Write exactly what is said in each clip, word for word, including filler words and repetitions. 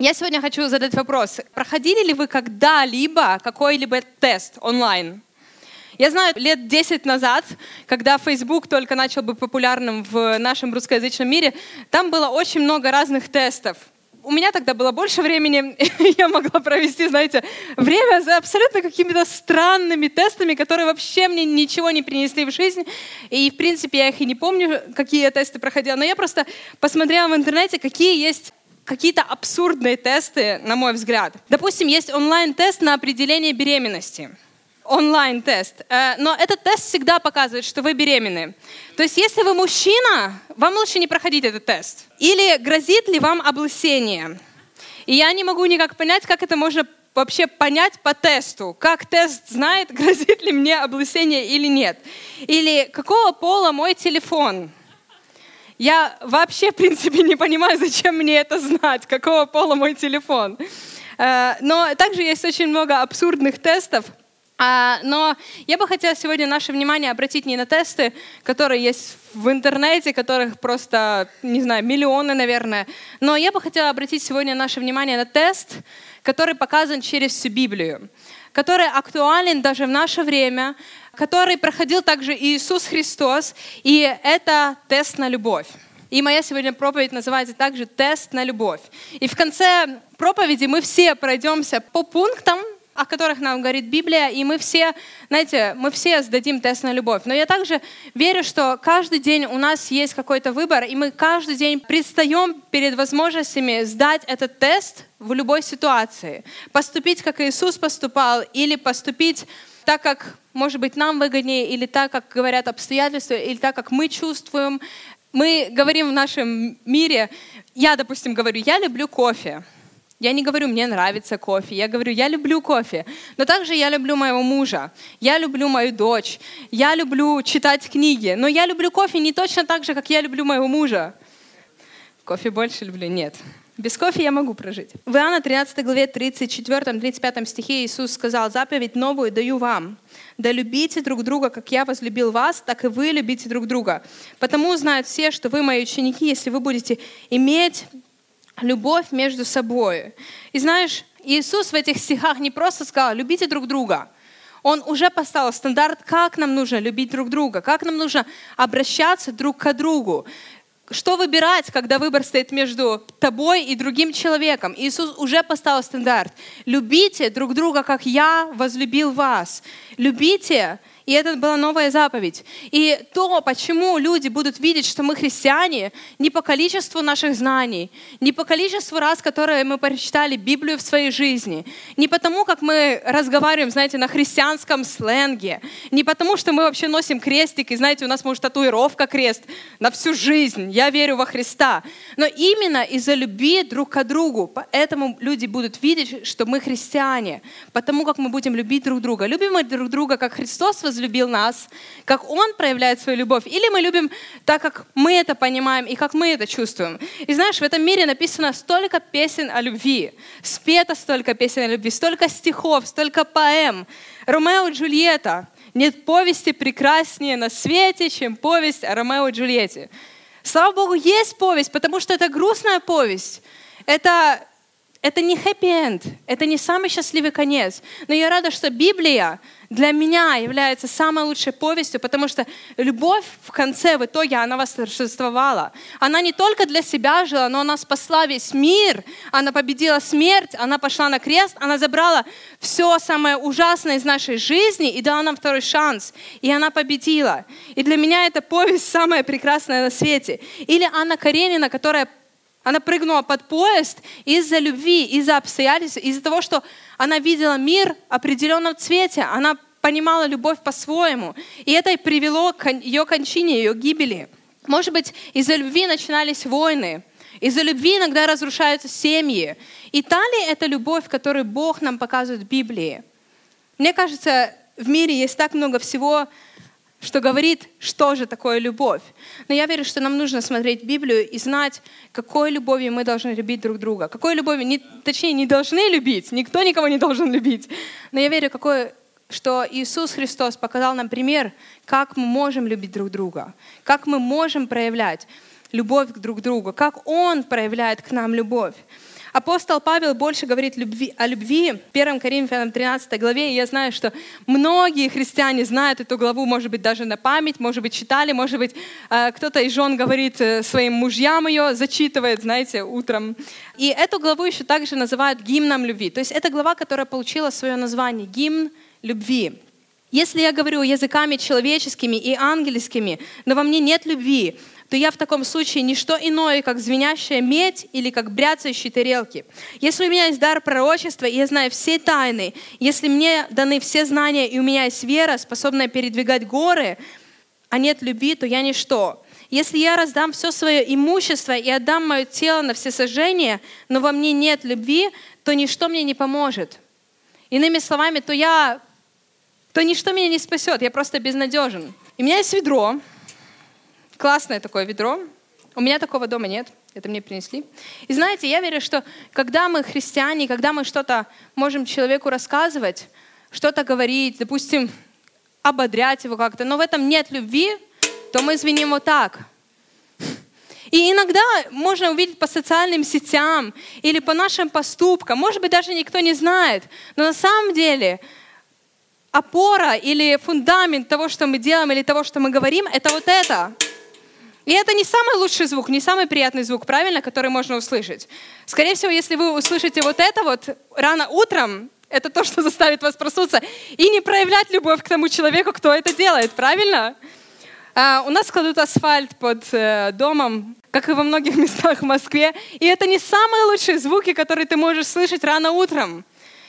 Я сегодня хочу задать вопрос. Проходили ли вы когда-либо какой-либо тест онлайн? Я знаю, лет десять назад, когда Facebook только начал быть популярным в нашем русскоязычном мире, там было очень много разных тестов. У меня тогда было больше времени, и я могла провести, знаете, время за абсолютно какими-то странными тестами, которые вообще мне ничего не принесли в жизнь. И, в принципе, я их и не помню, какие я тесты проходила. Но я просто посмотрела в интернете, какие есть какие-то абсурдные тесты, на мой взгляд. Допустим, есть онлайн-тест на определение беременности. Онлайн-тест. Но этот тест всегда показывает, что вы беременны. То есть, если вы мужчина, вам лучше не проходить этот тест. Или грозит ли вам облысение? И я не могу никак понять, как это можно вообще понять по тесту. Как тест знает, грозит ли мне облысение или нет. Или какого пола мой телефон? Я вообще, в принципе, не понимаю, зачем мне это знать, какого пола мой телефон. Но также есть очень много абсурдных тестов. Но я бы хотела сегодня наше внимание обратить не на тесты, которые есть в интернете, которых просто, не знаю, миллионы, наверное. Но я бы хотела обратить сегодня наше внимание на тест, который показан через всю Библию, который актуален даже в наше время, который проходил также Иисус Христос, и это тест на любовь. И моя сегодня проповедь называется также «Тест на любовь». И в конце проповеди мы все пройдемся по пунктам, о которых нам говорит Библия, и мы все, знаете, мы все сдадим тест на любовь. Но я также верю, что каждый день у нас есть какой-то выбор, и мы каждый день предстаем перед возможностями сдать этот тест в любой ситуации. Поступить, как Иисус поступал, или поступить так, как, может быть, нам выгоднее, или так, как говорят обстоятельства, или так, как мы чувствуем. Мы говорим в нашем мире, я, допустим, говорю, я люблю кофе. Я не говорю, мне нравится кофе. Я говорю, я люблю кофе. Но также я люблю моего мужа. Я люблю мою дочь. Я люблю читать книги. Но я люблю кофе не точно так же, как я люблю моего мужа. Кофе больше люблю? Нет. Без кофе я могу прожить. В Иоанна тринадцатой главе тридцать четвёртом тридцать пятом стихе Иисус сказал: «Заповедь новую даю вам, да любите друг друга, как я возлюбил вас, так и вы любите друг друга. Потому знают все, что вы мои ученики, если вы будете иметь любовь между собой». И знаешь, Иисус в этих стихах не просто сказал: «Любите друг друга». Он уже поставил стандарт, как нам нужно любить друг друга, как нам нужно обращаться друг к другу. Что выбирать, когда выбор стоит между тобой и другим человеком? Иисус уже поставил стандарт. Любите друг друга, как я возлюбил вас. Любите. И это была новая заповедь. И то, почему люди будут видеть, что мы христиане, не по количеству наших знаний, не по количеству раз, которые мы прочитали Библию в своей жизни, не потому, как мы разговариваем, знаете, на христианском сленге, не потому, что мы вообще носим крестик, и, знаете, у нас, может, татуировка крест на всю жизнь, я верю во Христа, но именно из-за любви друг к другу. Поэтому люди будут видеть, что мы христиане, потому как мы будем любить друг друга. Любим мы друг друга, как Христос возлюбил нас, как Он проявляет свою любовь, или мы любим так, как мы это понимаем и как мы это чувствуем. И знаешь, в этом мире написано столько песен о любви, спето столько песен о любви, столько стихов, столько поэм. Ромео и Джульетта. Нет повести прекраснее на свете, чем повесть о Ромео и Джульетте. Слава Богу, есть повесть, потому что это грустная повесть. Это, это не хэппи-энд, это не самый счастливый конец. Но я рада, что Библия для меня является самой лучшей повестью, потому что любовь в конце, в итоге, она восторжествовала. Она не только для себя жила, но она спасла весь мир. Она победила смерть, она пошла на крест, она забрала все самое ужасное из нашей жизни и дала нам второй шанс. И она победила. И для меня эта повесть самая прекрасная на свете. Или Анна Каренина, которая Она прыгнула под поезд из-за любви, из-за обстоятельств, из-за того, что она видела мир в определенном цвете. Она понимала любовь по-своему. И это и привело к ее кончине, ее гибели. Может быть, из-за любви начинались войны. Из-за любви иногда разрушаются семьи. И та ли это любовь, которую Бог нам показывает в Библии? Мне кажется, в мире есть так много всего, что говорит, что же такое любовь. Но я верю, что нам нужно смотреть Библию и знать, какой любовью мы должны любить друг друга. Какой любовью, не, точнее, не должны любить. Никто никого не должен любить. Но я верю, какой, что Иисус Христос показал нам пример, как мы можем любить друг друга, как мы можем проявлять любовь друг к другу, как Он проявляет к нам любовь. Апостол Павел больше говорит любви, о любви в первом Коринфянам тринадцатой главе, и я знаю, что многие христиане знают эту главу, может быть, даже на память, может быть, читали, может быть, кто-то из жен говорит своим мужьям ее, зачитывает, знаете, утром. И эту главу еще также называют гимном любви. То есть это глава, которая получила свое название — гимн любви. Если я говорю языками человеческими и ангельскими, но во мне нет любви, то я в таком случае не что иное, как звенящая медь или как бряцающие тарелки. Если у меня есть дар пророчества, и я знаю все тайны, если мне даны все знания, и у меня есть вера, способная передвигать горы, а нет любви, то я ничто. Если я раздам все свое имущество и отдам мое тело на всесожжение, но во мне нет любви, то ничто мне не поможет. Иными словами, то я, то ничто меня не спасет, я просто безнадежен. И у меня есть ведро, классное такое ведро. У меня такого дома нет, это мне принесли. И знаете, я верю, что когда мы христиане, когда мы что-то можем человеку рассказывать, что-то говорить, допустим, ободрять его как-то, но в этом нет любви, то мы звеним вот так. И иногда можно увидеть по социальным сетям или по нашим поступкам, может быть, даже никто не знает, но на самом деле опора или фундамент того, что мы делаем, или того, что мы говорим, это вот это. И это не самый лучший звук, не самый приятный звук, правильно, который можно услышать. Скорее всего, если вы услышите вот это вот рано утром, это то, что заставит вас проснуться и не проявлять любовь к тому человеку, кто это делает, правильно? А, у нас кладут асфальт под э, домом, как и во многих местах в Москве, и это не самые лучшие звуки, которые ты можешь слышать рано утром.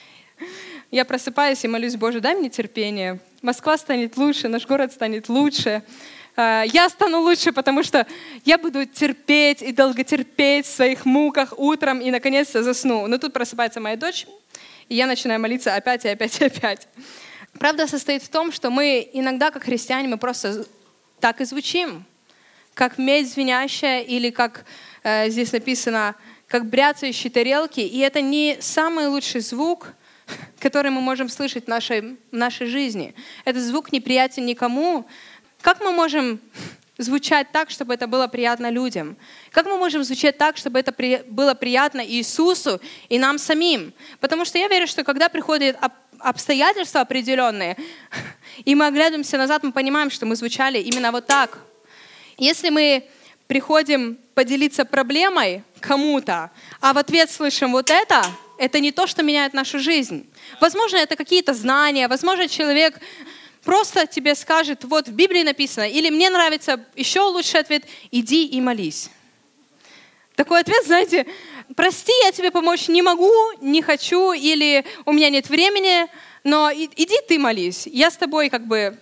Я просыпаюсь и молюсь: Боже, дай мне терпение. Москва станет лучше, наш город станет лучше. Я стану лучше, потому что я буду терпеть и долготерпеть в своих муках утром и, наконец-то, засну. Но тут просыпается моя дочь, и я начинаю молиться опять и опять и опять. Правда состоит в том, что мы иногда, как христиане, мы просто так и звучим, как медь звенящая или, как э, здесь написано, как бряцающие тарелки. И это не самый лучший звук, который мы можем слышать в нашей, в нашей жизни. Этот звук неприятен никому. Как мы можем звучать так, чтобы это было приятно людям? Как мы можем звучать так, чтобы это при... было приятно Иисусу и нам самим? Потому что я верю, что когда приходят обстоятельства определенные, и мы оглядываемся назад, мы понимаем, что мы звучали именно вот так. Если мы приходим поделиться проблемой кому-то, а в ответ слышим вот это, это не то, что меняет нашу жизнь. Возможно, это какие-то знания, возможно, человек просто тебе скажет: вот в Библии написано, или мне нравится еще лучший ответ: иди и молись. Такой ответ, знаете, прости, я тебе помочь не могу, не хочу, или у меня нет времени, но иди ты молись, я с тобой как бы,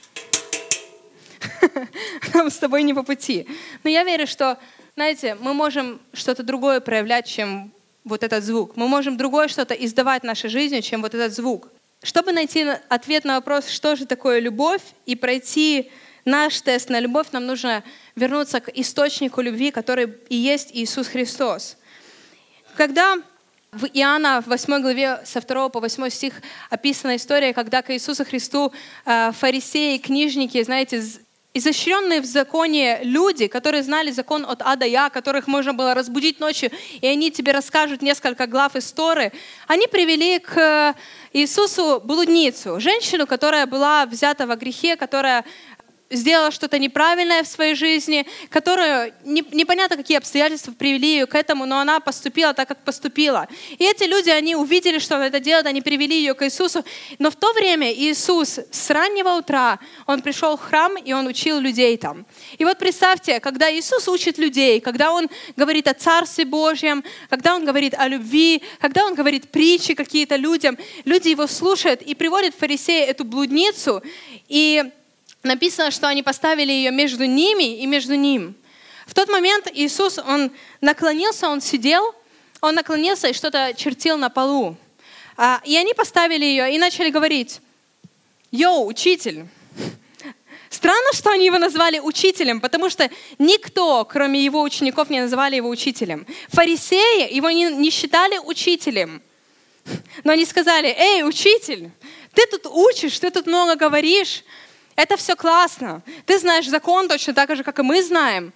нам с тобой не по пути. Но я верю, что, знаете, мы можем что-то другое проявлять, чем вот этот звук. Мы можем другое что-то издавать в нашей жизни, чем вот этот звук. Чтобы найти ответ на вопрос, что же такое любовь, и пройти наш тест на любовь, нам нужно вернуться к источнику любви, который и есть Иисус Христос. Когда в Иоанна в восьмой главе со второго по восьмой стих описана история, когда к Иисусу Христу фарисеи, книжники, знаете, изощренные в законе люди, которые знали закон от А до Я, которых можно было разбудить ночью, и они тебе расскажут несколько глав из Торы, они привели к Иисусу блудницу, женщину, которая была взята во грехе, которая сделала что-то неправильное в своей жизни, которую не, непонятно, какие обстоятельства привели ее к этому, но она поступила так, как поступила. И эти люди, они увидели, что она это делает, они привели ее к Иисусу. Но в то время Иисус с раннего утра, Он пришел в храм, и Он учил людей там. И вот представьте, когда Иисус учит людей, когда Он говорит о Царстве Божьем, когда Он говорит о любви, когда Он говорит притчи какие-то людям, люди Его слушают и приводят фарисеи эту блудницу, и написано, что они поставили ее между ними и между ним. В тот момент Иисус, Он наклонился, Он сидел, Он наклонился и что-то чертил на полу. И они поставили ее и начали говорить: «Йоу, учитель». Странно, что они его назвали учителем, потому что никто, кроме его учеников, не называли его учителем. Фарисеи его не, не считали учителем. Но они сказали: «Эй, учитель, ты тут учишь, ты тут много говоришь, это все классно. Ты знаешь закон точно так же, как и мы знаем.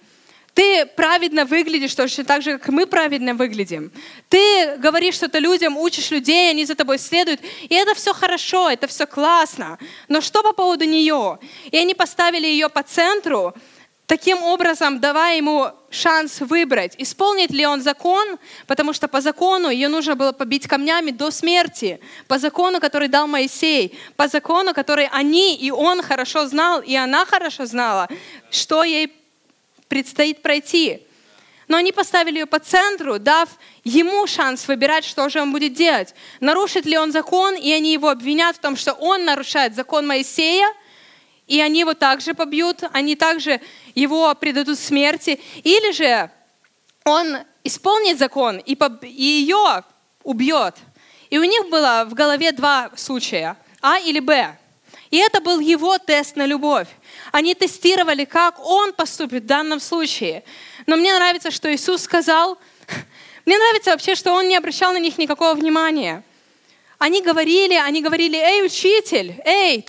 Ты праведно выглядишь, точно так же, как мы праведно выглядим. Ты говоришь что-то людям, учишь людей, они за тобой следуют. И это все хорошо, это все классно. Но что по поводу нее? И они поставили ее по центру, таким образом давая ему шанс выбрать, исполнит ли он закон, потому что по закону ее нужно было побить камнями до смерти. По закону, который дал Моисей. По закону, который они и он хорошо знал, и она хорошо знала, что ей предстоит пройти. Но они поставили ее по центру, дав ему шанс выбирать, что же он будет делать. Нарушит ли он закон, и они его обвинят в том, что он нарушает закон Моисея, и они его также побьют, они также его предадут смерти. Или же он исполнит закон и, поб... и ее убьет. И у них было в голове два случая, А или Б. И это был его тест на любовь. Они тестировали, как он поступит в данном случае. Но мне нравится, что Иисус сказал, мне нравится вообще, что он не обращал на них никакого внимания. Они говорили, они говорили, эй, учитель, эй,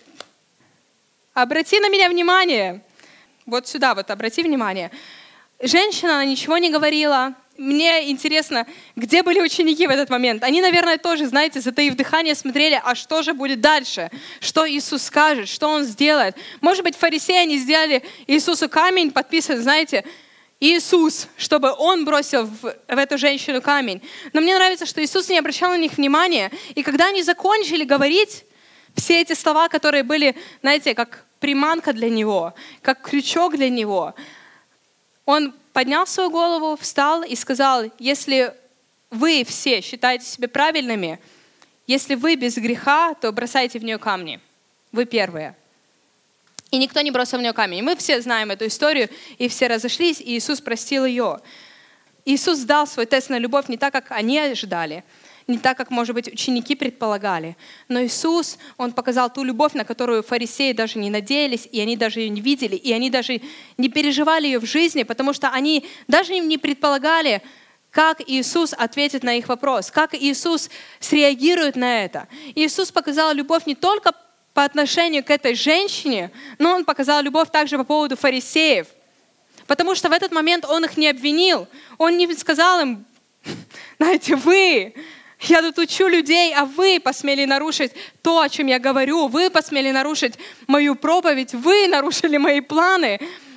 обрати на меня внимание. Вот сюда вот, обрати внимание. Женщина, она ничего не говорила. Мне интересно, где были ученики в этот момент? Они, наверное, тоже, знаете, затаив дыхание, смотрели, а что же будет дальше? Что Иисус скажет? Что Он сделает? Может быть, фарисеи, они сделали Иисусу камень, подписан, знаете, Иисус, чтобы Он бросил в, в эту женщину камень. Но мне нравится, что Иисус не обращал на них внимания. И когда они закончили говорить все эти слова, которые были, знаете, как приманка для Него, как крючок для Него, Он поднял свою голову, встал и сказал, если вы все считаете себя правильными, если вы без греха, то бросайте в нее камни. Вы первые. И никто не бросил в нее камень. Мы все знаем эту историю, и все разошлись, и Иисус простил ее. Иисус сдал свой тест на любовь не так, как они ожидали, не так, как, может быть, ученики предполагали. Но Иисус, Он показал ту любовь, на которую фарисеи даже не надеялись, и они даже ее не видели, и они даже не переживали ее в жизни, потому что они даже не предполагали, как Иисус ответит на их вопрос, как Иисус среагирует на это. Иисус показал любовь не только по отношению к этой женщине, но Он показал любовь также по поводу фарисеев. Потому что в этот момент Он их не обвинил. Он не сказал им, знаете, вы... Я тут учу людей, а вы посмели нарушить то, о чем я говорю. Вы посмели нарушить мою проповедь. Вы нарушили мои планы.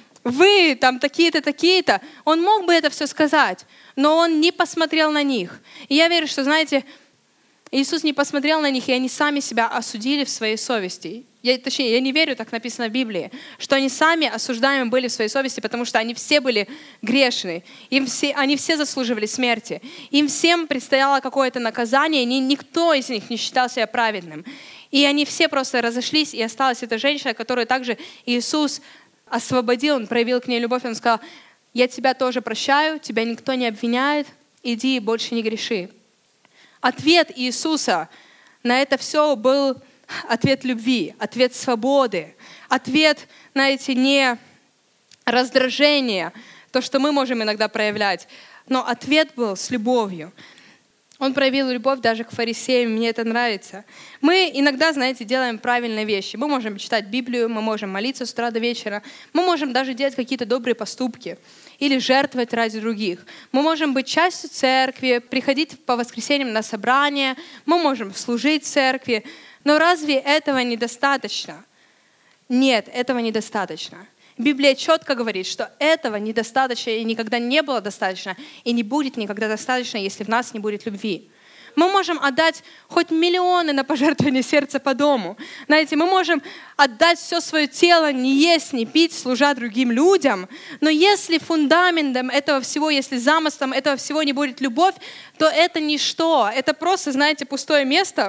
Вы там такие-то, такие-то. Он мог бы это все сказать, но он не посмотрел на них. И я верю, что, знаете, Иисус не посмотрел на них, и они сами себя осудили в своей совести. Я, точнее, я не верю, так написано в Библии, что они сами осуждаемы были в своей совести, потому что они все были грешны. Им все, они все заслуживали смерти. Им всем предстояло какое-то наказание, и никто из них не считал себя праведным. И они все просто разошлись, и осталась эта женщина, которую также Иисус освободил, Он проявил к ней любовь, Он сказал, я тебя тоже прощаю, тебя никто не обвиняет, иди и больше не греши. Ответ Иисуса на это все был ответ любви, ответ свободы, ответ, знаете, не раздражения, то, что мы можем иногда проявлять, но ответ был с любовью. Он проявил любовь даже к фарисеям, мне это нравится. Мы иногда, знаете, делаем правильные вещи. Мы можем читать Библию, мы можем молиться с утра до вечера, мы можем даже делать какие-то добрые поступки или жертвовать ради других. Мы можем быть частью церкви, приходить по воскресеньям на собрания, мы можем служить в церкви. Но разве этого недостаточно? Нет, этого недостаточно. Библия четко говорит, что этого недостаточно и никогда не было достаточно, и не будет никогда достаточно, если в нас не будет любви. Мы можем отдать хоть миллионы на пожертвование сердца по дому. Знаете, мы можем отдать все свое тело, не есть, не пить, служа другим людям. Но если фундаментом этого всего, если замыслом этого всего не будет любовь, то это ничто. Это просто, знаете, пустое место.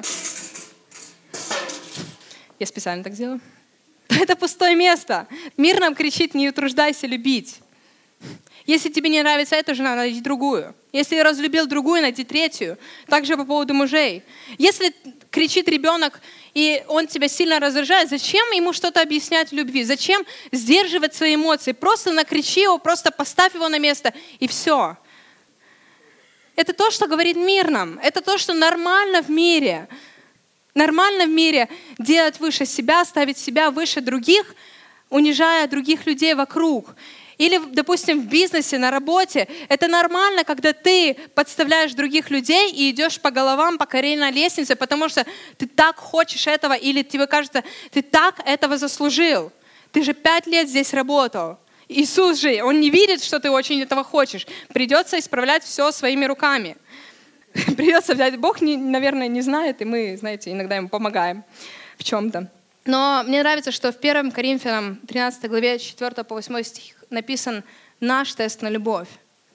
Я специально так сделала. Это пустое место. Мир нам кричит, не утруждайся любить. Если тебе не нравится эта жена, найди другую. Если разлюбил другую, найди третью. Также по поводу мужей. Если кричит ребенок, и он тебя сильно раздражает, зачем ему что-то объяснять в любви? Зачем сдерживать свои эмоции? Просто накричи его, просто поставь его на место, и все. Это то, что говорит мир нам. Это то, что нормально в мире. Нормально в мире делать выше себя, ставить себя выше других, унижая других людей вокруг. Или, допустим, в бизнесе, на работе. Это нормально, когда ты подставляешь других людей и идешь по головам, по карьерной лестнице, потому что ты так хочешь этого, или тебе кажется, ты так этого заслужил. Ты же пять лет здесь работал. Иисус же, Он не видит, что ты очень этого хочешь. Придется исправлять все своими руками. Придется взять. Бог, не, наверное, не знает, и мы, знаете, иногда Ему помогаем в чем-то. Но мне нравится, что в первом Коринфянам тринадцатой главе четвёртый по восьмой стих написан наш тест на любовь.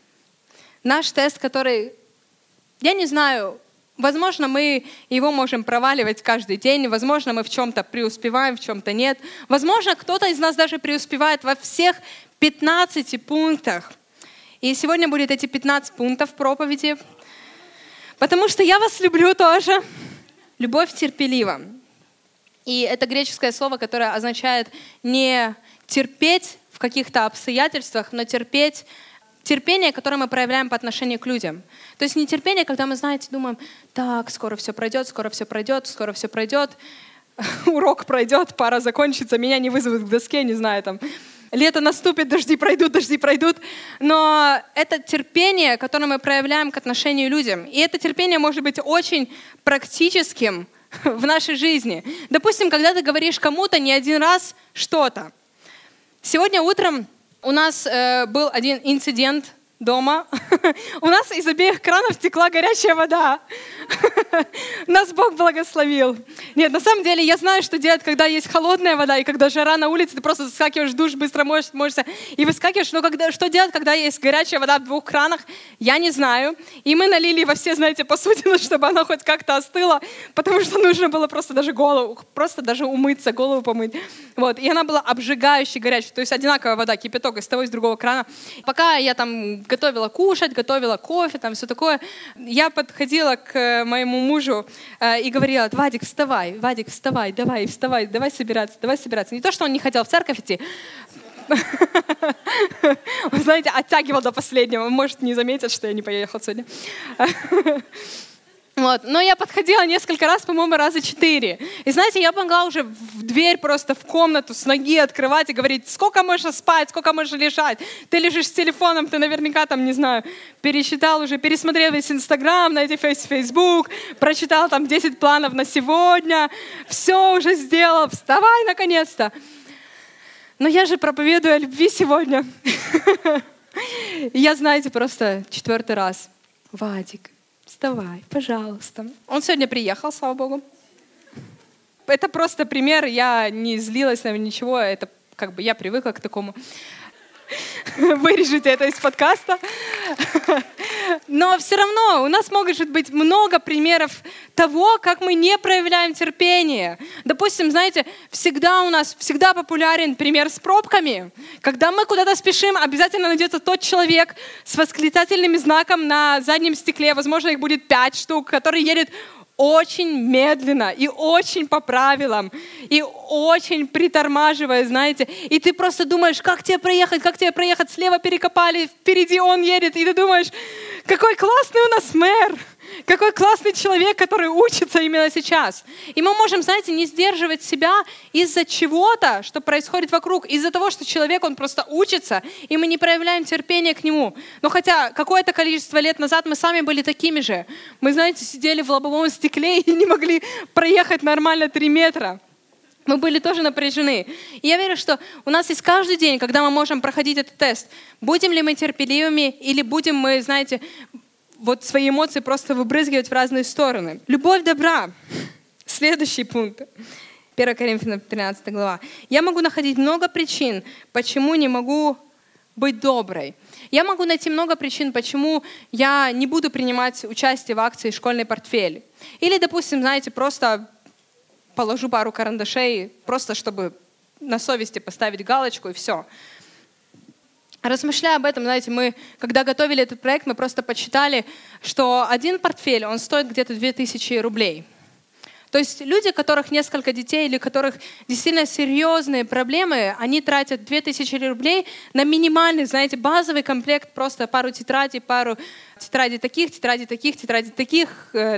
Наш тест, который, я не знаю, возможно, мы его можем проваливать каждый день, возможно, мы в чем-то преуспеваем, в чем-то нет. Возможно, кто-то из нас даже преуспевает во всех пятнадцати пунктах. И сегодня будет эти пятнадцать пунктов проповеди, потому что я вас люблю тоже. Любовь терпелива. И это греческое слово, которое означает не терпеть в каких-то обстоятельствах, но терпеть терпение, которое мы проявляем по отношению к людям. То есть не терпение, когда мы, знаете, думаем, так, скоро все пройдет, скоро все пройдет, скоро все пройдет, урок пройдет, пара закончится, меня не вызовут к доске, не знаю, там, лето наступит, дожди пройдут, дожди пройдут. Но это терпение, которое мы проявляем к отношению к людям. И это терпение может быть очень практическим в нашей жизни. Допустим, когда ты говоришь кому-то не один раз что-то. Сегодня утром у нас э, был один инцидент дома. У нас из обеих кранов текла горячая вода. Нас Бог благословил. Нет, на самом деле я знаю, что делать, когда есть холодная вода, и когда жара на улице, ты просто заскакиваешь в душ, быстро моешься, моешься и выскакиваешь. Но когда, что делать, когда есть горячая вода в двух кранах, я не знаю. И мы налили во все, знаете, посудины, чтобы она хоть как-то остыла, потому что нужно было просто даже голову, просто даже умыться, голову помыть. Вот. И она была обжигающе горячая. То есть одинаковая вода, кипяток из того, из другого крана. Пока я там готовила кушать, готовила кофе, там все такое, я подходила к моему мужу э, и говорила: Вадик, вставай, Вадик, вставай, давай, вставай, давай собираться, давай собираться. Не то, что он не хотел в церковь идти, он, знаете, оттягивал до последнего, может, не заметит, что я не поехала сегодня. Вот. Но я подходила несколько раз, по-моему, раза четыре. И знаете, я могла уже в дверь просто в комнату с ноги открывать и говорить: сколько можно спать, сколько можно лежать. Ты лежишь с телефоном, ты наверняка там, не знаю, пересчитал уже, пересмотрел весь Инстаграм, найти весь Фейсбук, прочитал там десять планов на сегодня, все уже сделал, вставай наконец-то. Но я же проповедую о любви сегодня. Я, знаете, просто четвертый раз: Вадик, вставай, пожалуйста. Он сегодня приехал, слава Богу. Это просто пример, я не злилась на ничего, это как бы я привыкла к такому. Вырежите это из подкаста. Но все равно у нас может быть много примеров того, как мы не проявляем терпение. Допустим, знаете, всегда у нас, всегда популярен пример с пробками. Когда мы куда-то спешим, обязательно найдется тот человек с восклицательным знаком на заднем стекле, возможно, их будет пять штук, который едет очень медленно и очень по правилам, и очень притормаживая, знаете. И ты просто думаешь, как тебе проехать, как тебе проехать, слева перекопали, впереди он едет, и ты думаешь, какой классный у нас мэр, какой классный человек, который учится именно сейчас. И мы можем, знаете, не сдерживать себя из-за чего-то, что происходит вокруг, из-за того, что человек, он просто учится, и мы не проявляем терпение к нему. Но хотя какое-то количество лет назад мы сами были такими же. Мы, знаете, сидели в лобовом стекле и не могли проехать нормально три метра. Мы были тоже напряжены. И я верю, что у нас есть каждый день, когда мы можем проходить этот тест. Будем ли мы терпеливыми или будем мы, знаете, вот свои эмоции просто выбрызгивать в разные стороны. Любовь добра. Следующий пункт. первое Коринфянам тринадцатая глава. Я могу находить много причин, почему не могу быть доброй. Я могу найти много причин, почему я не буду принимать участие в акции «Школьный портфель». Или, допустим, знаете, просто положу пару карандашей, просто чтобы на совести поставить галочку и все. Размышляя об этом, знаете, мы, когда готовили этот проект, мы просто подсчитали, что один портфель, он стоит где-то две тысячи рублей. То есть люди, у которых несколько детей или у которых действительно серьезные проблемы, они тратят две тысячи рублей на минимальный, знаете, базовый комплект, просто пару тетрадей, пару тетрадей таких, тетрадей таких, тетрадей таких,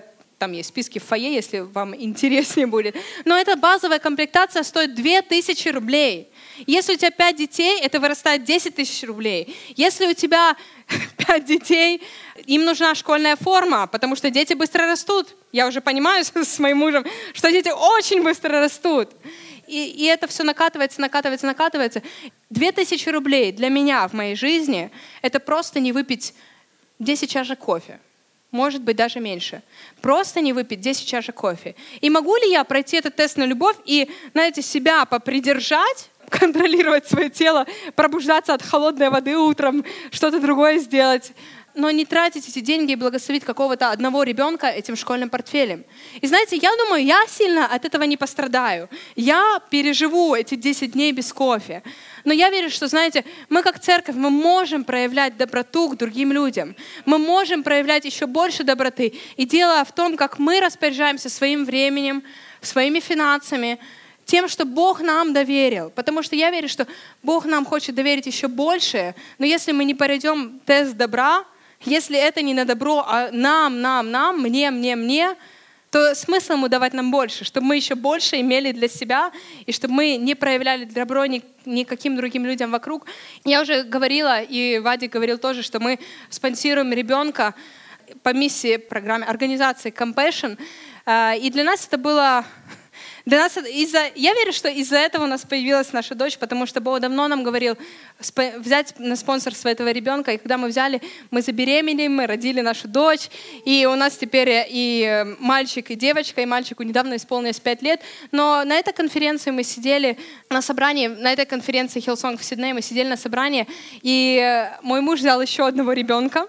там есть списки в фойе, если вам интереснее будет. Но эта базовая комплектация стоит две тысячи рублей. Если у тебя пять детей, это вырастает десять тысяч рублей. Если у тебя пять детей, им нужна школьная форма, потому что дети быстро растут. Я уже понимаю с моим мужем, что дети очень быстро растут. И, и это все накатывается, накатывается, накатывается. Две тысячи рублей для меня в моей жизни — это просто не выпить десять чашек кофе. Может быть, даже меньше. Просто не выпить десять чашек кофе. И могу ли я пройти этот тест на любовь и, знаете, себя попридержать, контролировать свое тело, пробуждаться от холодной воды утром, что-то другое сделать, но не тратить эти деньги и благословить какого-то одного ребенка этим школьным портфелем. И знаете, я думаю, я сильно от этого не пострадаю. Я переживу эти десять дней без кофе. Но я верю, что, знаете, мы как церковь, мы можем проявлять доброту к другим людям. Мы можем проявлять еще больше доброты. И дело в том, как мы распоряжаемся своим временем, своими финансами, тем, что Бог нам доверил. Потому что я верю, что Бог нам хочет доверить еще больше. Но если мы не пройдем тест добра, если это не на добро, а нам, нам, нам, мне, мне, мне, то смысл ему давать нам больше, чтобы мы еще больше имели для себя, и чтобы мы не проявляли добро ни, никаким другим людям вокруг. Я уже говорила, и Вадик говорил тоже, что мы спонсируем ребенка по миссии программы организации Compassion. И для нас это было... Для нас из-за, я верю, что из-за этого у нас появилась наша дочь, потому что Бог давно нам говорил взять на спонсорство этого ребенка. И когда мы взяли, мы забеременели, мы родили нашу дочь. И у нас теперь и мальчик, и девочка, и мальчику недавно исполнилось пять лет. Но на этой конференции мы сидели на собрании, на этой конференции Hillsong в Сиднее мы сидели на собрании, и мой муж взял еще одного ребенка.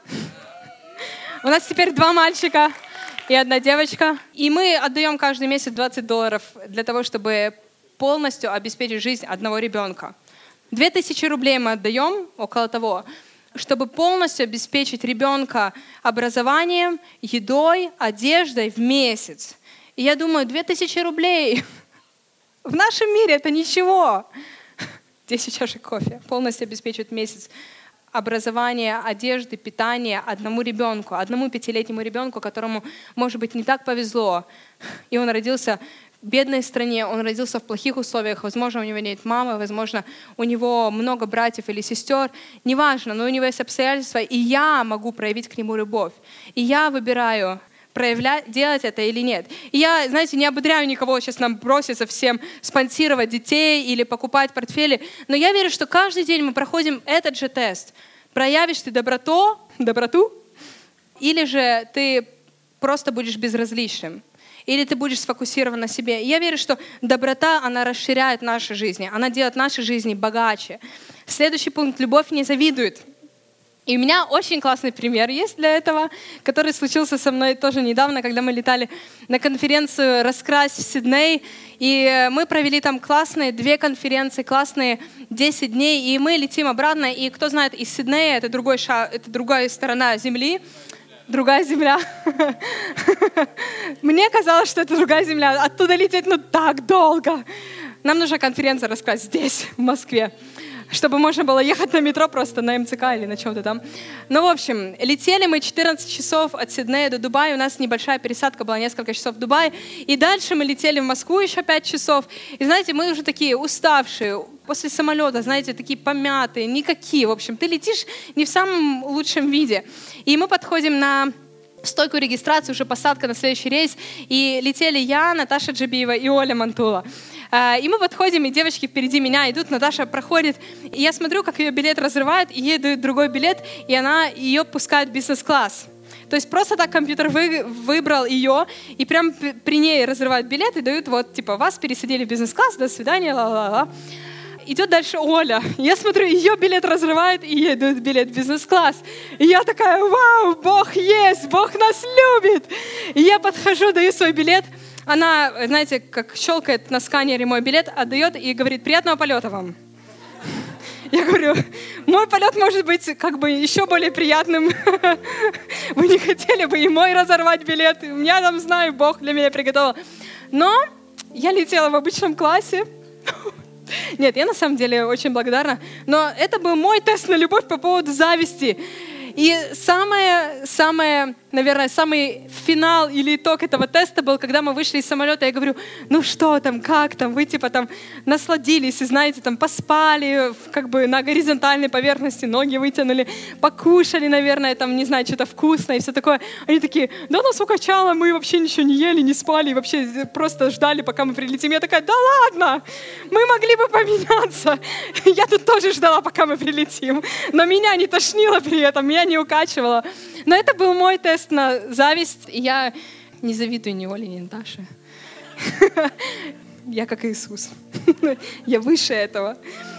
У нас теперь два мальчика и одна девочка. И мы отдаем каждый месяц двадцать долларов для того, чтобы полностью обеспечить жизнь одного ребенка. Две тысячи рублей мы отдаем, около того, чтобы полностью обеспечить ребенка образованием, едой, одеждой в месяц. И я думаю, две тысячи рублей в нашем мире это ничего. десять чашек кофе полностью обеспечивает месяц. Образование, одежды, питание одному ребенку, одному пятилетнему ребенку, которому, может быть, не так повезло. И он родился в бедной стране, он родился в плохих условиях. Возможно, у него нет мамы, возможно, у него много братьев или сестер. Неважно, но у него есть обстоятельства, и я могу проявить к нему любовь. И я выбираю, проявлять, делать это или нет. И я, знаете, не ободряю никого сейчас нам броситься всем спонсировать детей или покупать портфели, но я верю, что каждый день мы проходим этот же тест. Проявишь ты доброту, доброту, или же ты просто будешь безразличным, или ты будешь сфокусирован на себе. И я верю, что доброта, она расширяет наши жизни, она делает наши жизни богаче. Следующий пункт — любовь не завидует. И у меня очень классный пример есть для этого, который случился со мной тоже недавно, когда мы летали на конференцию «Раскрась» в Сидней. И мы провели там классные две конференции, классные десять дней. И мы летим обратно. И кто знает, из Сиднея, это, другой ша... это другая сторона Земли, другая земля. Мне казалось, что это другая земля. Оттуда лететь, ну, так долго. Нам нужна конференция «Раскрась» здесь, в Москве, чтобы можно было ехать на метро просто на эм цэ ка или на чем-то там. Ну, в общем, летели мы четырнадцать часов от Сиднея до Дубая. У нас небольшая пересадка была, несколько часов в Дубае. И дальше мы летели в Москву еще пять часов. И, знаете, мы уже такие уставшие, после самолета, знаете, такие помятые, никакие. В общем, ты летишь не в самом лучшем виде. И мы подходим на стойку регистрации, уже посадка на следующий рейс. И летели я, Наташа Джабиева и Оля Мантула. И мы подходим, и девочки впереди меня идут, Наташа проходит, и я смотрю, как ее билет разрывает, и ей дают другой билет, и она ее пускает в бизнес-класс. То есть просто так компьютер вы, выбрал ее, и прям при ней разрывают билет, и дают вот, типа, вас пересадили в бизнес-класс, до свидания, ла-ла-ла. Идет дальше Оля. Я смотрю, ее билет разрывает, и ей дают билет в бизнес-класс. И я такая, вау, Бог есть, Бог нас любит. И я подхожу, даю свой билет. Она, знаете, как щелкает на сканере мой билет, отдает и говорит: приятного полета вам. Я говорю: мой полет может быть как бы еще более приятным. Вы не хотели бы и мой разорвать билет? У меня там, знаю, Бог для меня приготовил. Но я летела в обычном классе. Нет, я на самом деле очень благодарна. Но это был мой тест на любовь по поводу зависти. И самое, самое наверное, самый финал или итог этого теста был, когда мы вышли из самолета, я говорю, ну что там, как там, вы типа там насладились, и знаете, там поспали, как бы на горизонтальной поверхности, ноги вытянули, покушали, наверное, там, не знаю, что-то вкусное и все такое. Они такие, да нас укачало, мы вообще ничего не ели, не спали, и вообще просто ждали, пока мы прилетим. Я такая, да ладно, мы могли бы поменяться. Я тут тоже ждала, пока мы прилетим, но меня не тошнило при этом, меня не укачивало. Но это был мой тест на зависть. И я не завидую ни Оле, ни Наташе. Я как Иисус. Я выше этого.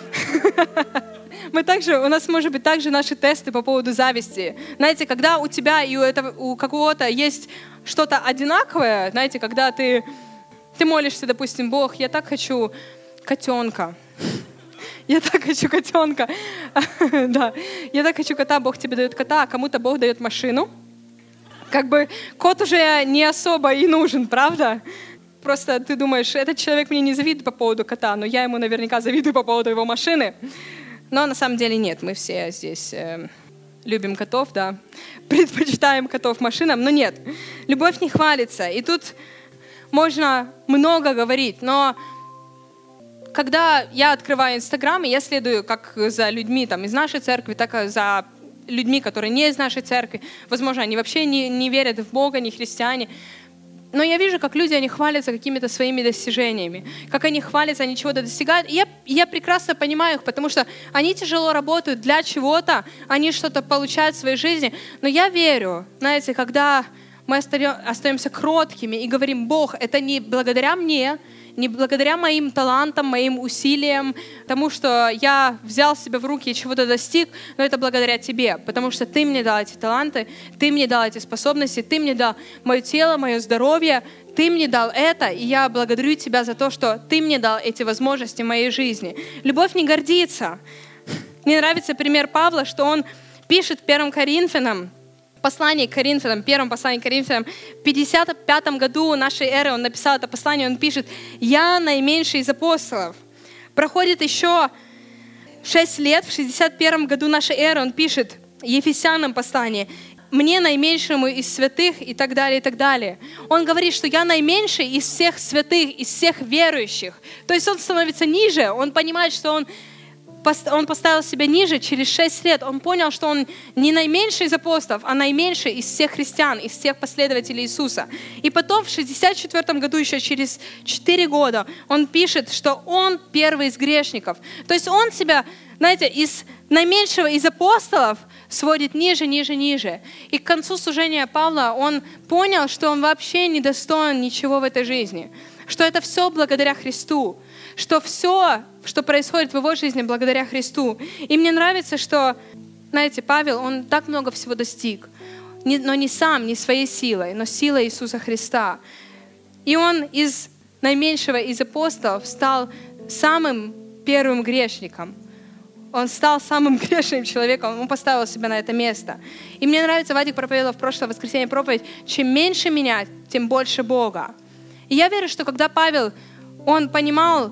Мы также, у нас, может быть, также наши тесты по поводу зависти. Знаете, когда у тебя и у, этого, у какого-то есть что-то одинаковое, знаете, когда ты, ты молишься, допустим, Бог, я так хочу котенка. Я так хочу котенка. Да. Я так хочу кота, Бог тебе дает кота, а кому-то Бог дает машину. Как бы кот уже не особо и нужен, правда? Просто ты думаешь, этот человек мне не завидует по поводу кота, но я ему наверняка завидую по поводу его машины. Но на самом деле нет, мы все здесь э, любим котов, да, предпочитаем котов машинам, но нет, любовь не хвалится. И тут можно много говорить, но когда я открываю Инстаграм, и я следую как за людьми там, из нашей церкви, так и за людьми, которые не из нашей церкви. Возможно, они вообще не, не верят в Бога, не христиане. Но я вижу, как люди, они хвалятся какими-то своими достижениями, как они хвалятся, они чего-то достигают. И я, я прекрасно понимаю их, потому что они тяжело работают для чего-то, они что-то получают в своей жизни. Но я верю, знаете, когда мы остаемся кроткими и говорим, Бог, это не благодаря мне, не благодаря моим талантам, моим усилиям, тому, что я взял себя в руки и чего-то достиг, но это благодаря Тебе, потому что Ты мне дал эти таланты, Ты мне дал эти способности, Ты мне дал мое тело, мое здоровье, Ты мне дал это, и я благодарю Тебя за то, что Ты мне дал эти возможности в моей жизни. Любовь не гордится. Мне нравится пример Павла, что он пишет в первом Коринфянам, послании к Коринфянам, первом послании к Коринфянам, в пятьдесят пятом году нашей эры он написал это послание, он пишет, «Я наименьший из апостолов». Проходит еще шесть лет, в шестьдесят первом году нашей эры он пишет Ефесянам послание, «Мне наименьшему из святых» и так далее, и так далее. Он говорит, что я наименьший из всех святых, из всех верующих. То есть он становится ниже, он понимает, что он Он поставил себя ниже через шесть лет. Он понял, что он не наименьший из апостолов, а наименьший из всех христиан, из всех последователей Иисуса. И потом в шестьдесят четвёртом году, еще через четыре года, он пишет, что он первый из грешников. То есть он себя, знаете, из наименьшего из апостолов сводит ниже, ниже, ниже. И к концу служения Павла он понял, что он вообще не достоин ничего в этой жизни. Что это все благодаря Христу. Что все, что происходит в его жизни, благодаря Христу. И мне нравится, что, знаете, Павел, он так много всего достиг. Но не сам, не своей силой, но силой Иисуса Христа. И он из наименьшего из апостолов стал самым первым грешником. Он стал самым грешным человеком, он поставил себя на это место. И мне нравится, Вадик проповедовал в прошлое воскресенье проповедь, чем меньше меня, тем больше Бога. И я верю, что когда Павел, он понимал,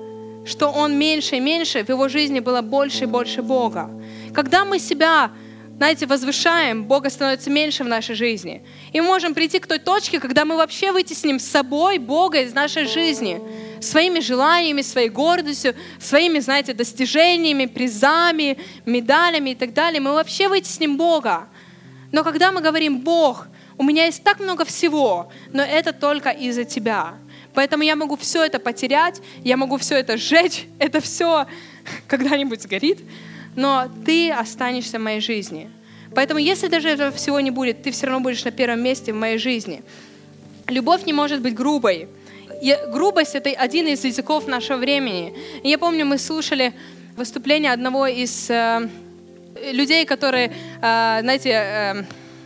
что он меньше и меньше, в его жизни было больше и больше Бога. Когда мы себя, знаете, возвышаем, Бога становится меньше в нашей жизни. И мы можем прийти к той точке, когда мы вообще вытесним с собой Бога из нашей жизни. Своими желаниями, своей гордостью, своими, знаете, достижениями, призами, медалями и так далее. Мы вообще вытесним Бога. Но когда мы говорим, Бог, у меня есть так много всего, но это только из-за Тебя. Поэтому я могу все это потерять, я могу все это сжечь, это все когда-нибудь сгорит, но Ты останешься в моей жизни. Поэтому если даже этого всего не будет, Ты все равно будешь на первом месте в моей жизни. Любовь не может быть грубой. И грубость — это один из языков нашего времени. И я помню, мы слушали выступление одного из э, людей, которые, э, знаете, э,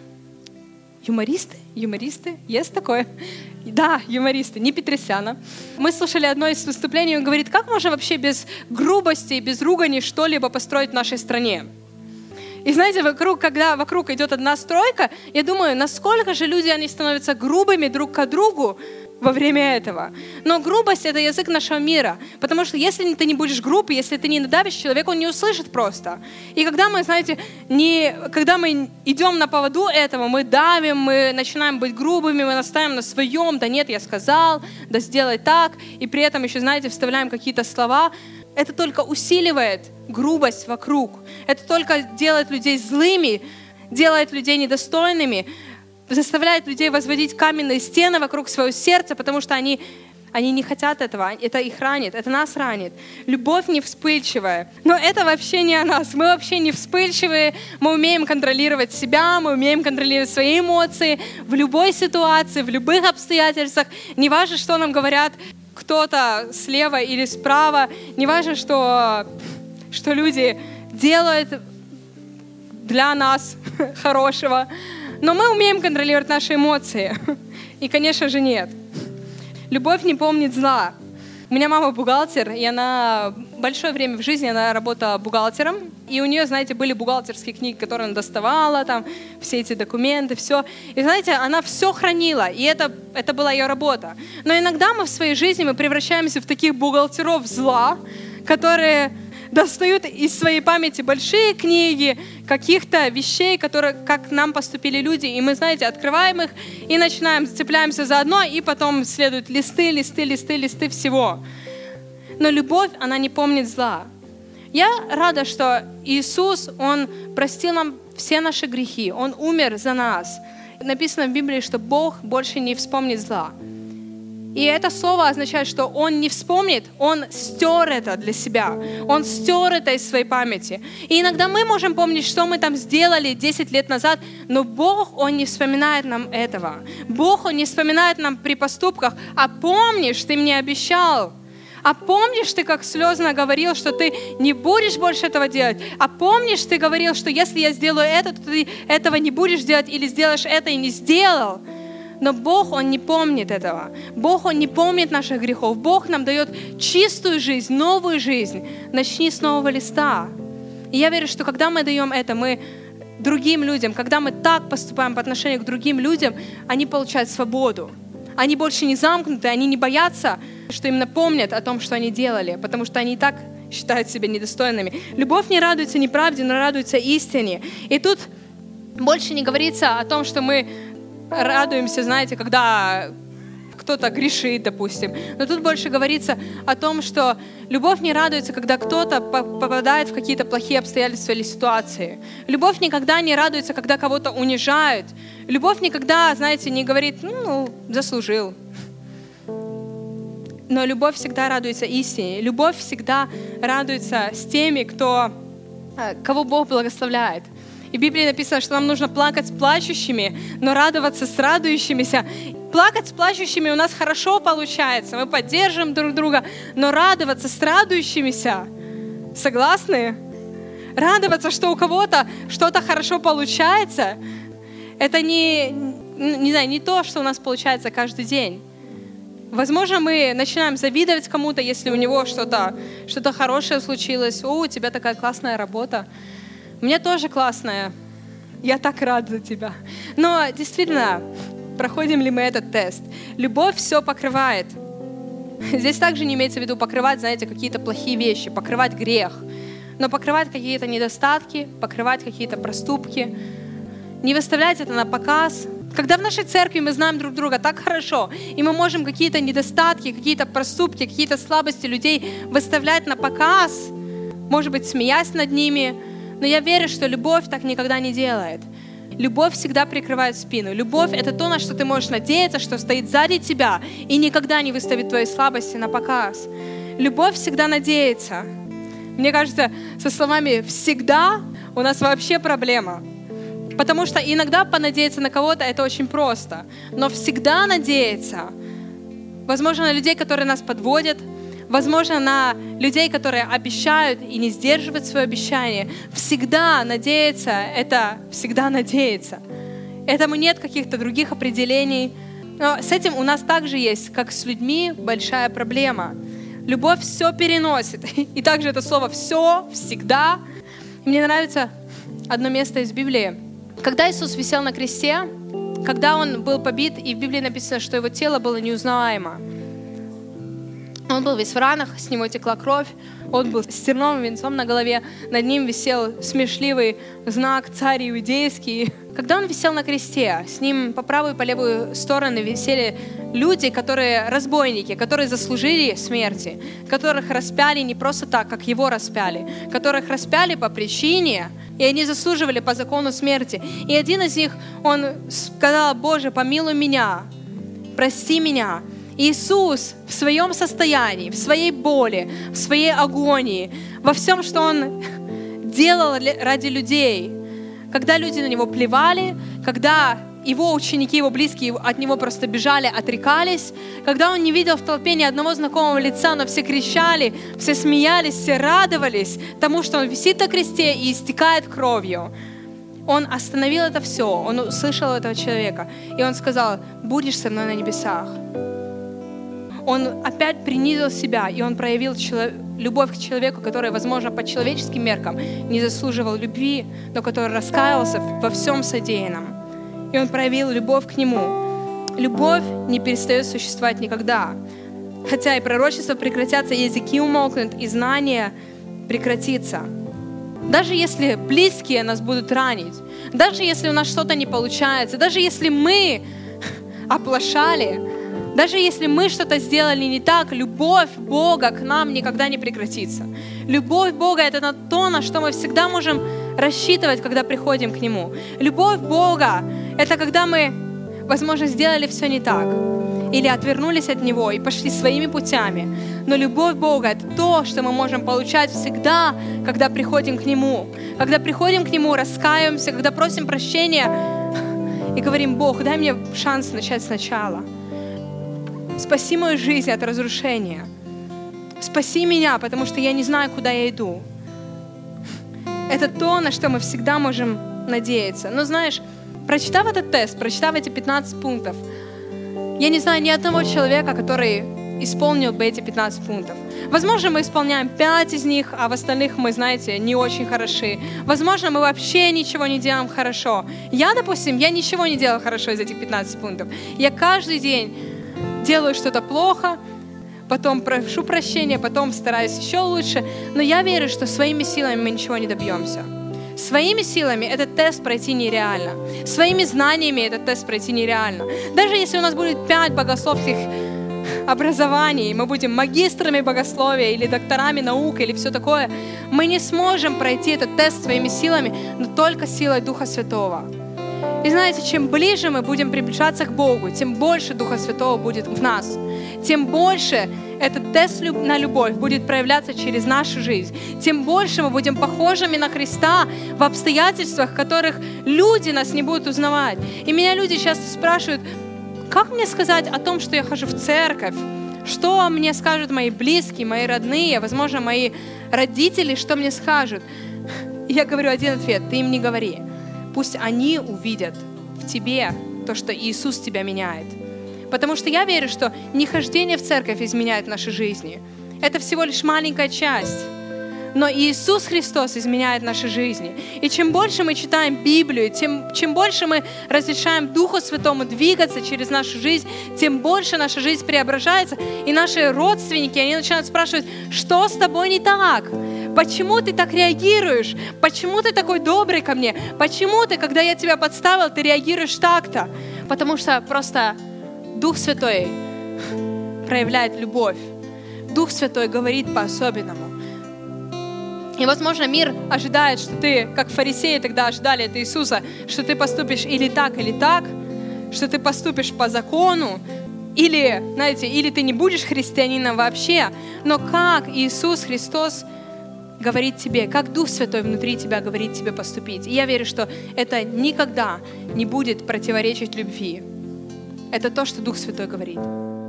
юмористы, юмористы, есть такое? Да, юмористы, не Петросяна. Мы слушали одно из выступлений, он говорит, как можно вообще без грубости, без ругани что-либо построить в нашей стране? И знаете, вокруг, когда вокруг идет одна стройка, я думаю, насколько же люди, они становятся грубыми друг к другу, во время этого. Но грубость — это язык нашего мира. Потому что если ты не будешь груб, если ты не надавишь человека, он не услышит просто. И когда мы, знаете, не, когда мы идем на поводу этого, мы давим, мы начинаем быть грубыми, мы настаиваем на своем, да нет, я сказал, да сделай так, и при этом еще, знаете, вставляем какие-то слова, это только усиливает грубость вокруг. Это только делает людей злыми, делает людей недостойными, заставляет людей возводить каменные стены вокруг своего сердца, потому что они, они не хотят этого, это их ранит, это нас ранит. Любовь не вспыльчивая, но это вообще не о нас, мы вообще не вспыльчивые, мы умеем контролировать себя, мы умеем контролировать свои эмоции в любой ситуации, в любых обстоятельствах, не важно, что нам говорят кто-то слева или справа, не важно, что, что люди делают для нас хорошего, но мы умеем контролировать наши эмоции. И, конечно же, нет. Любовь не помнит зла. У меня мама бухгалтер, и она большое время в жизни она работала бухгалтером. И у нее, знаете, были бухгалтерские книги, которые она доставала, там, все эти документы, все. И, знаете, она все хранила, и это, это была ее работа. Но иногда мы в своей жизни мы превращаемся в таких бухгалтеров зла, которые достают из своей памяти большие книги, каких-то вещей, которые, как нам поступили люди, и мы, знаете, открываем их и начинаем, зацепляемся за одно, и потом следуют листы, листы, листы, листы всего. Но любовь, она не помнит зла. Я рада, что Иисус, Он простил нам все наши грехи, Он умер за нас. Написано в Библии, что Бог больше не вспомнит зла. И это слово означает, что Он не вспомнит, Он стер это для себя. Он стер это из своей памяти. И иногда мы можем помнить, что мы там сделали десять лет назад, но Бог, Он не вспоминает нам этого. Бог, Он не вспоминает нам при поступках. А помнишь, ты мне обещал? А помнишь, ты как слезно говорил, что ты не будешь больше этого делать? А помнишь, ты говорил, что если я сделаю это, то ты этого не будешь делать или сделаешь это и не сделал? Но Бог, Он не помнит этого. Бог, Он не помнит наших грехов. Бог нам дает чистую жизнь, новую жизнь. Начни с нового листа. И я верю, что когда мы даем это, мы другим людям, когда мы так поступаем по отношению к другим людям, они получают свободу. Они больше не замкнуты, они не боятся, что им напомнят о том, что они делали, потому что они и так считают себя недостойными. Любовь не радуется неправде, но радуется истине. И тут больше не говорится о том, что мы радуемся, знаете, когда кто-то грешит, допустим. Но тут больше говорится о том, что любовь не радуется, когда кто-то попадает в какие-то плохие обстоятельства или ситуации. Любовь никогда не радуется, когда кого-то унижают. Любовь никогда, знаете, не говорит, ну, заслужил. Но любовь всегда радуется истине. Любовь всегда радуется с теми, кто, кого Бог благословляет. И в Библии написано, что нам нужно плакать с плачущими, но радоваться с радующимися. Плакать с плачущими у нас хорошо получается, мы поддерживаем друг друга, но радоваться с радующимися, согласны? Радоваться, что у кого-то что-то хорошо получается, это не, не знаю, не то, что у нас получается каждый день. Возможно, мы начинаем завидовать кому-то, если у него что-то, что-то хорошее случилось. О, у тебя такая классная работа. У меня тоже классная. Я так рад за тебя. Но действительно, проходим ли мы этот тест? Любовь все покрывает. Здесь также не имеется в виду покрывать, знаете, какие-то плохие вещи, покрывать грех. Но покрывать какие-то недостатки, покрывать какие-то проступки. Не выставлять это на показ. Когда в нашей церкви мы знаем друг друга так хорошо, и мы можем какие-то недостатки, какие-то проступки, какие-то слабости людей выставлять на показ, может быть, смеясь над ними, но я верю, что любовь так никогда не делает. Любовь всегда прикрывает спину. Любовь — это то, на что ты можешь надеяться, что стоит сзади тебя и никогда не выставит твои слабости на показ. Любовь всегда надеется. Мне кажется, со словами «всегда» у нас вообще проблема. Потому что иногда понадеяться на кого-то — это очень просто. Но всегда надеяться, возможно, на людей, которые нас подводят, возможно, на людей, которые обещают и не сдерживают свое обещание. Всегда надеяться — это всегда надеяться. Этому нет каких-то других определений. Но с этим у нас также есть, как с людьми, большая проблема. Любовь все переносит. И также это слово «все», «всегда». Мне нравится одно место из Библии. Когда Иисус висел на кресте, когда он был побит, и в Библии написано, что его тело было неузнаваемо. Он был весь в ранах, с него текла кровь, он был с терновым венцом на голове, над ним висел смешливый знак «Царь иудейский». Когда он висел на кресте, с ним по правую и по левую стороны висели люди, которые разбойники, которые заслужили смерти, которых распяли не просто так, как его распяли, которых распяли по причине, и они заслуживали по закону смерти. И один из них, он сказал: «Боже, помилуй меня, прости меня». Иисус в своем состоянии, в своей боли, в своей агонии, во всем, что Он делал ради людей, когда люди на Него плевали, когда Его ученики, Его близкие от Него просто бежали, отрекались, когда Он не видел в толпе ни одного знакомого лица, но все кричали, все смеялись, все радовались тому, что Он висит на кресте и истекает кровью. Он остановил это все, Он услышал этого человека, и Он сказал: «Будешь со мной на небесах». Он опять принизил себя, и он проявил чело- любовь к человеку, который, возможно, по человеческим меркам не заслуживал любви, но который раскаялся во всем содеянном. И он проявил любовь к нему. Любовь не перестает существовать никогда. Хотя и пророчества прекратятся, и языки умолкнут, и знание прекратится. Даже если близкие нас будут ранить, даже если у нас что-то не получается, даже если мы оплошали, даже если мы что-то сделали не так, любовь Бога к нам никогда не прекратится. Любовь Бога — это то, на что мы всегда можем рассчитывать, когда приходим к Нему. Любовь Бога — это когда мы, возможно, сделали все не так, или отвернулись от Него и пошли своими путями. Но любовь Бога — это то, что мы можем получать всегда, когда приходим к Нему. Когда приходим к Нему, раскаиваемся, когда просим прощения и говорим: «Бог, дай мне шанс начать сначала. Спаси мою жизнь от разрушения. Спаси меня, потому что я не знаю, куда я иду». Это то, на что мы всегда можем надеяться. Но знаешь, прочитав этот тест, прочитав эти пятнадцать пунктов, я не знаю ни одного человека, который исполнил бы эти пятнадцать пунктов. Возможно, мы исполняем пять из них, а в остальных мы, знаете, не очень хороши. Возможно, мы вообще ничего не делаем хорошо. Я, допустим, я ничего не делала хорошо из этих пятнадцати пунктов. Я каждый день делаю что-то плохо, потом прошу прощения, потом стараюсь еще лучше. Но я верю, что своими силами мы ничего не добьемся. Своими силами этот тест пройти нереально. Своими знаниями этот тест пройти нереально. Даже если у нас будет пять богословских образований, мы будем магистрами богословия или докторами наук или все такое, мы не сможем пройти этот тест своими силами, но только силой Духа Святого. И знаете, чем ближе мы будем приближаться к Богу, тем больше Духа Святого будет в нас. Тем больше этот тест на любовь будет проявляться через нашу жизнь. Тем больше мы будем похожими на Христа в обстоятельствах, в которых люди нас не будут узнавать. И меня люди часто спрашивают: как мне сказать о том, что я хожу в церковь? Что мне скажут мои близкие, мои родные, возможно, мои родители, что мне скажут? И я говорю один ответ: ты им не говори. Пусть они увидят в тебе то, что Иисус тебя меняет. Потому что я верю, что не хождение в церковь изменяет наши жизни. Это всего лишь маленькая часть. Но Иисус Христос изменяет наши жизни. И чем больше мы читаем Библию, тем, чем больше мы разрешаем Духу Святому двигаться через нашу жизнь, тем больше наша жизнь преображается. И наши родственники, они начинают спрашивать: что с тобой не так? Почему ты так реагируешь? Почему ты такой добрый ко мне? Почему ты, когда я тебя подставил, ты реагируешь так-то? Потому что просто Дух Святой проявляет любовь. Дух Святой говорит по-особенному. И, возможно, мир ожидает, что ты, как фарисеи тогда ожидали от Иисуса, что ты поступишь или так, или так, что ты поступишь по закону, или, знаете, или ты не будешь христианином вообще. Но как Иисус Христос говорит тебе, как Дух Святой внутри тебя говорит тебе поступить. И я верю, что это никогда не будет противоречить любви. Это то, что Дух Святой говорит.